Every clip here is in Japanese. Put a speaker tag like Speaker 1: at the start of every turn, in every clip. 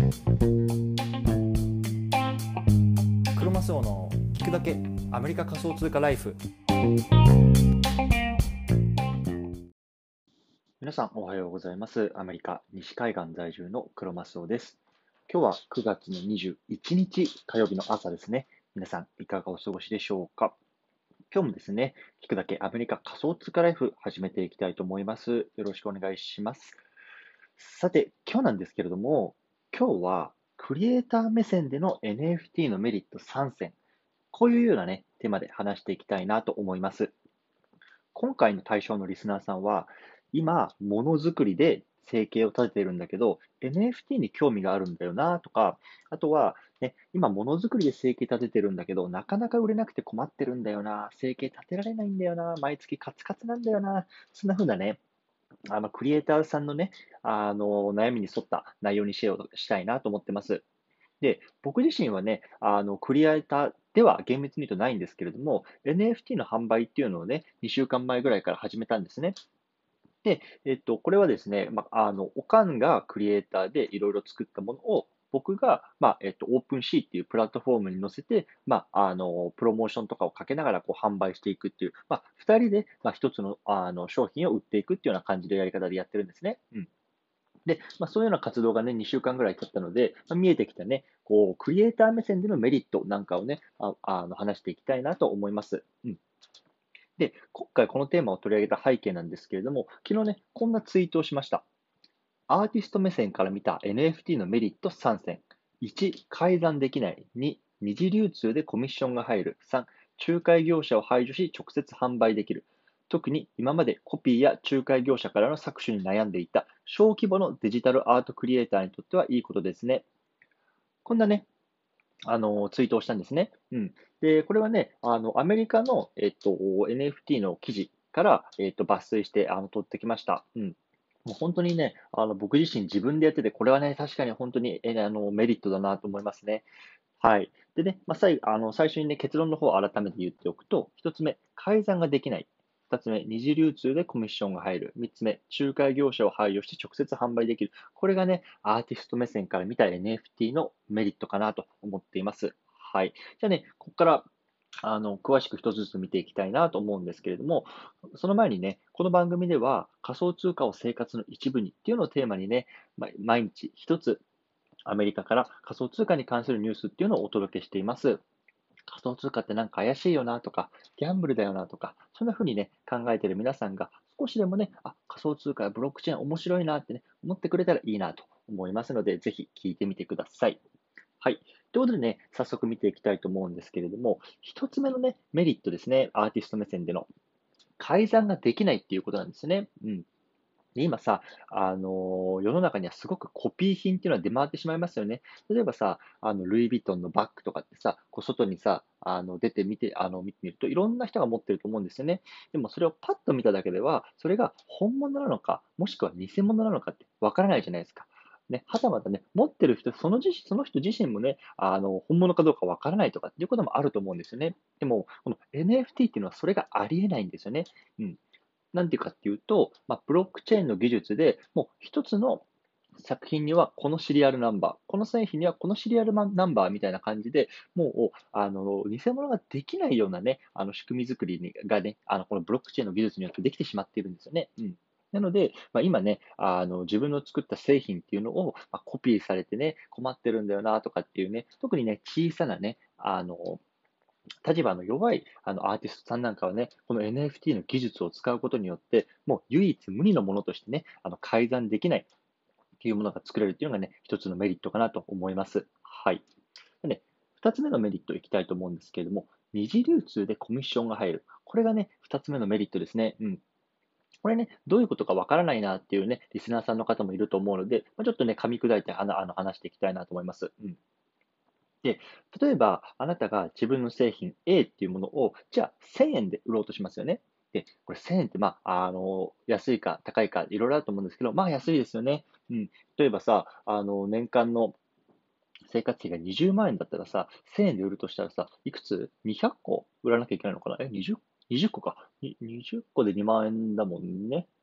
Speaker 1: クロマスオの聞くだけアメリカ仮想通貨ライフ。
Speaker 2: 皆さんおはようございます。アメリカ西海岸在住のクロマスオです。今日は9月の21日火曜日の朝ですね。皆さんいかがお過ごしでしょうか。今日もですね、聞くだけアメリカ仮想通貨ライフ始めていきたいと思います。よろしくお願いします。さて、今日なんですけれども、今日はクリエイター目線での NFT のメリット3選、こういうようなね、テーマで話していきたいなと思います。今回の対象のリスナーさんは、今、ものづくりで生計を立てているんだけど、NFT に興味があるんだよなとか、あとは、ね、今、ものづくりで生計立ててるんだけど、なかなか売れなくて困ってるんだよな、生計立てられないんだよな、毎月カツカツなんだよな、そんな風なね、クリエイターさんのね、悩みに沿った内容にしたいなと思ってます。で、僕自身はね、クリエイターでは厳密に言うとないんですけれども、NFT の販売っていうのをね、2週間前ぐらいから始めたんですね。で、これはですね、おかんがクリエイターでいろいろ作ったものを、僕が、オープンシーっていうプラットフォームに載せて、プロモーションとかをかけながらこう販売していくっていう、二人で、一つの、商品を売っていくっていうような感じのやり方でやってるんですね。うん。で、そういうような活動がね、2週間ぐらい経ったので、見えてきたね、こう、クリエイター目線でのメリットなんかをね、話していきたいなと思います。うん。で、今回このテーマを取り上げた背景なんですけれども、昨日ね、こんなツイートをしました。アーティスト目線から見た NFT のメリット3選。1、改ざんできない。2、二次流通でコミッションが入る。3、仲介業者を排除し直接販売できる。特に今までコピーや仲介業者からの搾取に悩んでいた小規模のデジタルアートクリエイターにとってはいいことですね。こんなね、ツイートをしたんですね。うん。で、これはね、アメリカの、NFT の記事から、抜粋して、取ってきました。うん。もう本当にね、僕自身自分でやってて、これはね、確かに本当に、メリットだなと思いますね。はい。でね、最初にね、結論の方を改めて言っておくと、一つ目、改ざんができない。二つ目、二次流通でコミッションが入る。三つ目、仲介業者を排除して直接販売できる。これがね、アーティスト目線から見た NFT のメリットかなと思っています。はい。じゃあね、ここから、詳しく一つずつ見ていきたいなと思うんですけれども、その前にね、この番組では仮想通貨を生活の一部にっていうのをテーマにね、毎日一つアメリカから仮想通貨に関するニュースっていうのをお届けしています。仮想通貨ってなんか怪しいよなとか、ギャンブルだよなとか、そんな風にね、考えている皆さんが少しでもね、仮想通貨やブロックチェーン面白いなってね、思ってくれたらいいなと思いますので、ぜひ聞いてみてください。はい。ということでね、早速見ていきたいと思うんですけれども、一つ目のね、メリットですね、アーティスト目線での改ざんができないっていうことなんですね。うん。で、今さ、世の中にはすごくコピー品っていうのは出回ってしまいますよね。例えばさ、ルイ・ヴィトンのバッグとかってさ、こう外にさ、出てみて、見てみると、いろんな人が持ってると思うんですよね。でもそれをパッと見ただけでは、それが本物なのか、もしくは偽物なのかってわからないじゃないですか。ね、はたまたね、持ってる人、その人自身もね、本物かどうかわからないとかっていうこともあると思うんですよね。でも、この NFT っていうのはそれがありえないんですよね。うん。なんていうかっていうと、ブロックチェーンの技術で、もう一つの作品にはこのシリアルナンバー、この製品にはこのシリアルナンバーみたいな感じで、もう、偽物ができないようなね、仕組み作りがね、このブロックチェーンの技術によってできてしまっているんですよね。うん。なので、今ね、自分の作った製品っていうのを、コピーされてね、困ってるんだよなとかっていうね、特にね、小さなね、立場の弱いアーティストさんなんかはね、この NFT の技術を使うことによって、もう唯一無二のものとしてね、改ざんできないっていうものが作れるっていうのがね、一つのメリットかなと思います。はい。でね、二つ目のメリットいきたいと思うんですけれども、二次流通でコミッションが入る。これがね、二つ目のメリットですね。うん。これね、どういうことかわからないなっていうね、リスナーさんの方もいると思うので、ちょっとね、噛み砕いて話していきたいなと思います。うん。で、例えば、あなたが自分の製品 A っていうものを、じゃあ1000円で売ろうとしますよね。で、これ1000円って、安いか高いかいろいろあると思うんですけど、安いですよね。うん。例えばさ、年間の生活費が20万円だったらさ、1000円で売るとしたらさ、いくつ ?200 個売らなきゃいけないのかな20個か。20個で2万円だもんね。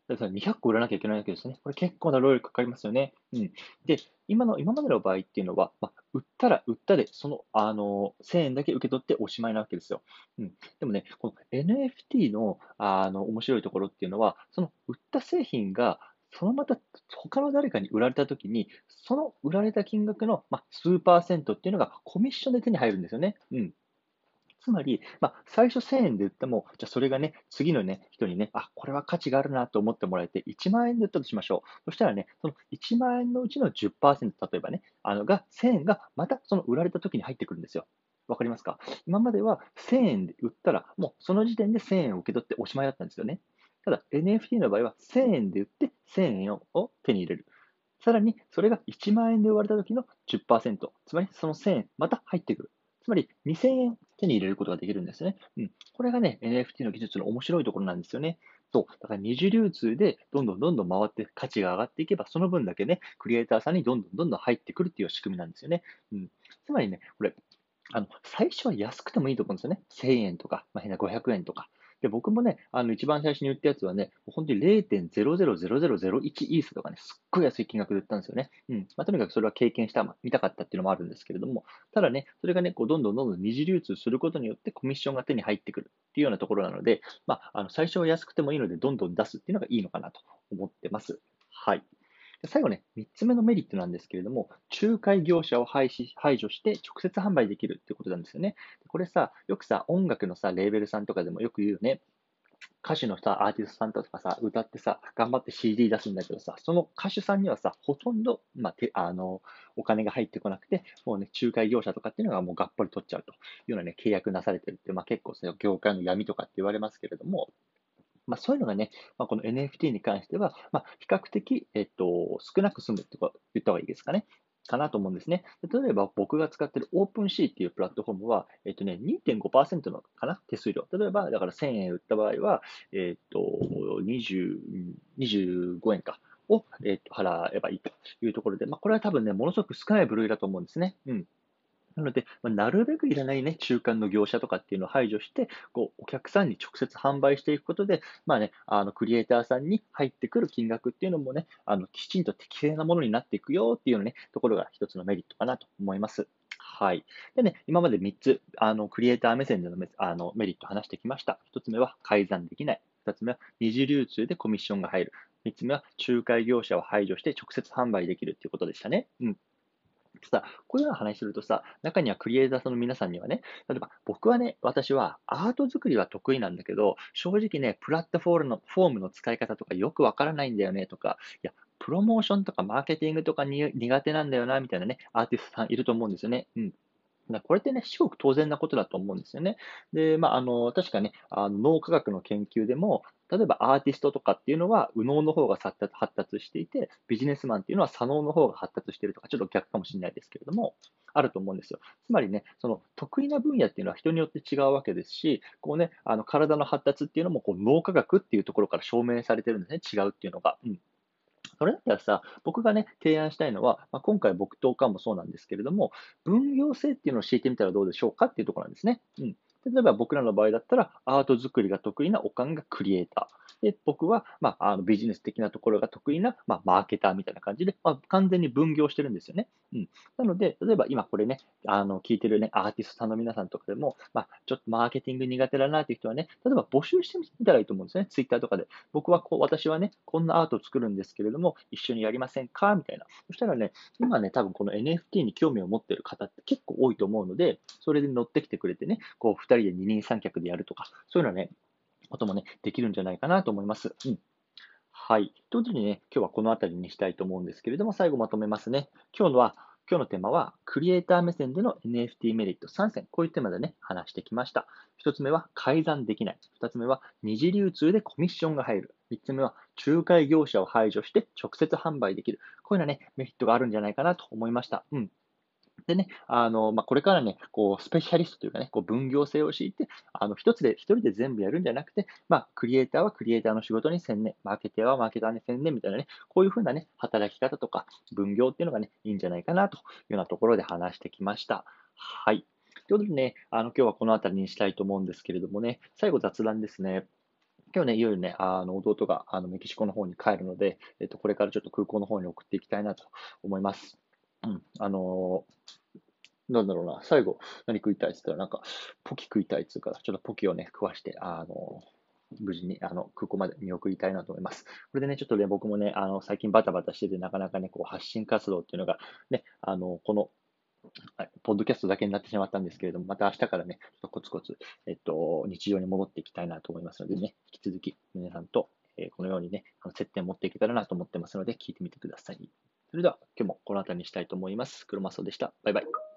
Speaker 2: だから200個売らなきゃいけないわけですね。これ結構な労力かかりますよね。うん。で、今までの場合っていうのは、売ったら売ったで、1000円だけ受け取っておしまいなわけですよ。うん。でもね、この NFT の、面白いところっていうのは、その売った製品が、そのまた他の誰かに売られたときに、その売られた金額の、数パーセントっていうのがコミッションで手に入るんですよね。うん。つまり、最初1000円で売っても、じゃあそれがね、次のね、人にね、あ、これは価値があるなと思ってもらえて、1万円で売ったとしましょう。そしたらね、その1万円のうちの10%、例えばね、1000円がまたその売られた時に入ってくるんですよ。わかりますか？今までは1000円で売ったら、もうその時点で1000円を受け取っておしまいだったんですよね。ただ NFT の場合は1000円で売って1000円を手に入れる。さらに、それが1万円で売られた時の10%、つまりその1000円、また入ってくる。つまり2000円手に入れることができるんですね。うん。これがね、NFT の技術の面白いところなんですよね。そう。だから二次流通でどんどん回って価値が上がっていけば、その分だけね、クリエイターさんにどんどん入ってくるっていう仕組みなんですよね。うん。つまりね、これ、最初は安くてもいいと思うんですよね。1000円とか、変な500円とか。で、僕もね、一番最初に売ったやつはね、本当に0.000001イースとかね、すっごい安い金額で売ったんですよね。うん。とにかくそれは経験した、見たかったっていうのもあるんですけれども、ただね、それがね、こう、どんどん二次流通することによってコミッションが手に入ってくるっていうようなところなので、最初は安くてもいいので、どんどん出すっていうのがいいのかなと思ってます。はい。で最後ね、3つ目のメリットなんですけれども、仲介業者を排除して直接販売できるっていうことなんですよね。これさ、よくさ、音楽のさ、レーベルさんとかでもよく言うよね。歌手のさ、アーティストさんとかさ、歌ってさ、頑張って CD 出すんだけどさ、その歌手さんにはさ、ほとんど、お金が入ってこなくて、もうね、仲介業者とかっていうのがもうがっぽり取っちゃうというようなね、契約なされてるって、結構その業界の闇とかって言われますけれども、そういうのがね、この NFT に関しては、比較的、少なく済むって言った方がいいですかね。かなと思うんですね。例えば僕が使っている OpenC っていうプラットフォームは、2.5%のかな手数料。例えば、だから1000円売った場合は、25円かを、払えばいいというところで、これは多分ね、ものすごく少ない部類だと思うんですね。うん。なので、なるべくいらないね、中間の業者とかっていうのを排除して、こう、お客さんに直接販売していくことで、クリエイターさんに入ってくる金額っていうのもね、きちんと適正なものになっていくよっていうね、ところが一つのメリットかなと思います。はい。でね、今まで3つ、クリエイター目線でのメリットを話してきました。1つ目は改ざんできない。2つ目は二次流通でコミッションが入る。3つ目は仲介業者を排除して直接販売できるっていうことでしたね。うん。さ、こういうような話するとさ、中にはクリエイターさんの皆さんにはね、例えば僕はね、私はアート作りは得意なんだけど、正直ね、プラットフォームの使い方とかよくわからないんだよねとか、いや、プロモーションとかマーケティングとかに苦手なんだよな、みたいなね、アーティストさんいると思うんですよね。うん。これってね、至極当然なことだと思うんですよね。で、確かね、脳科学の研究でも、例えばアーティストとかっていうのは、右脳の方が発達していて、ビジネスマンっていうのは左脳の方が発達しているとか、ちょっと逆かもしれないですけれども、あると思うんですよ。つまりね、その得意な分野っていうのは人によって違うわけですし、こうね、体の発達っていうのも、こう脳科学っていうところから証明されてるんですね、違うっていうのが。うん。それだったらさ、僕がね、提案したいのは、今回僕とかもそうなんですけれども、分業制っていうのを敷いてみたらどうでしょうかっていうところなんですね。うん。例えば僕らの場合だったら、アート作りが得意なおかんがクリエイター。で、僕は、ビジネス的なところが得意な、マーケターみたいな感じで、完全に分業してるんですよね。うん。なので、例えば今これね、聞いてるね、アーティストさんの皆さんとかでも、ちょっとマーケティング苦手だなっていう人はね、例えば募集してみたらいいと思うんですね。ツイッターとかで。私はね、こんなアートを作るんですけれども、一緒にやりませんかみたいな。そしたらね、今ね、多分この NFT に興味を持っている方って結構多いと思うので、それで乗ってきてくれてね、こう、二人で二人三脚でやるとか、そういうのね、こともね、できるんじゃないかなと思います。うん。はい。ということでね、今日はこの辺りにしたいと思うんですけれども、最後まとめますね。今日のテーマは、クリエイター目線での NFT メリット3選。こういうテーマでね、話してきました。1つ目は改ざんできない。2つ目は二次流通でコミッションが入る。3つ目は仲介業者を排除して直接販売できる。こういうようなね、メリットがあるんじゃないかなと思いました。うん。でね、これからね、こう、スペシャリストというかね、こう、分業制を敷いて、一人で全部やるんじゃなくて、クリエイターはクリエイターの仕事に専念、マーケティアはマーケターに専念みたいなね、こういうふうなね、働き方とか、分業っていうのがね、いいんじゃないかな、というようなところで話してきました。はい。ということでね、今日はこの辺りにしたいと思うんですけれどもね、最後雑談ですね。 今日ね、いよいよね、弟がメキシコの方に帰るので、これからちょっと空港の方に送っていきたいなと思います。うん。なんだろうな、最後、何食いたいって言ったら、なんか、ポキ食いたいって言うから、ちょっとポキをね、食わして、無事に空港まで見送りたいなと思います。これでね、ちょっとね、僕もね、最近バタバタしてて、なかなかね、こう発信活動っていうのが、ね、この、はい、ポッドキャストだけになってしまったんですけれども、また明日からね、ちょっとコツコツ、日常に戻っていきたいなと思いますのでね、引き続き皆さんと、このようにね、接点を持っていけたらなと思ってますので、聞いてみてください。それでは、今日もこの辺りにしたいと思います。黒マスオでした。バイバイ。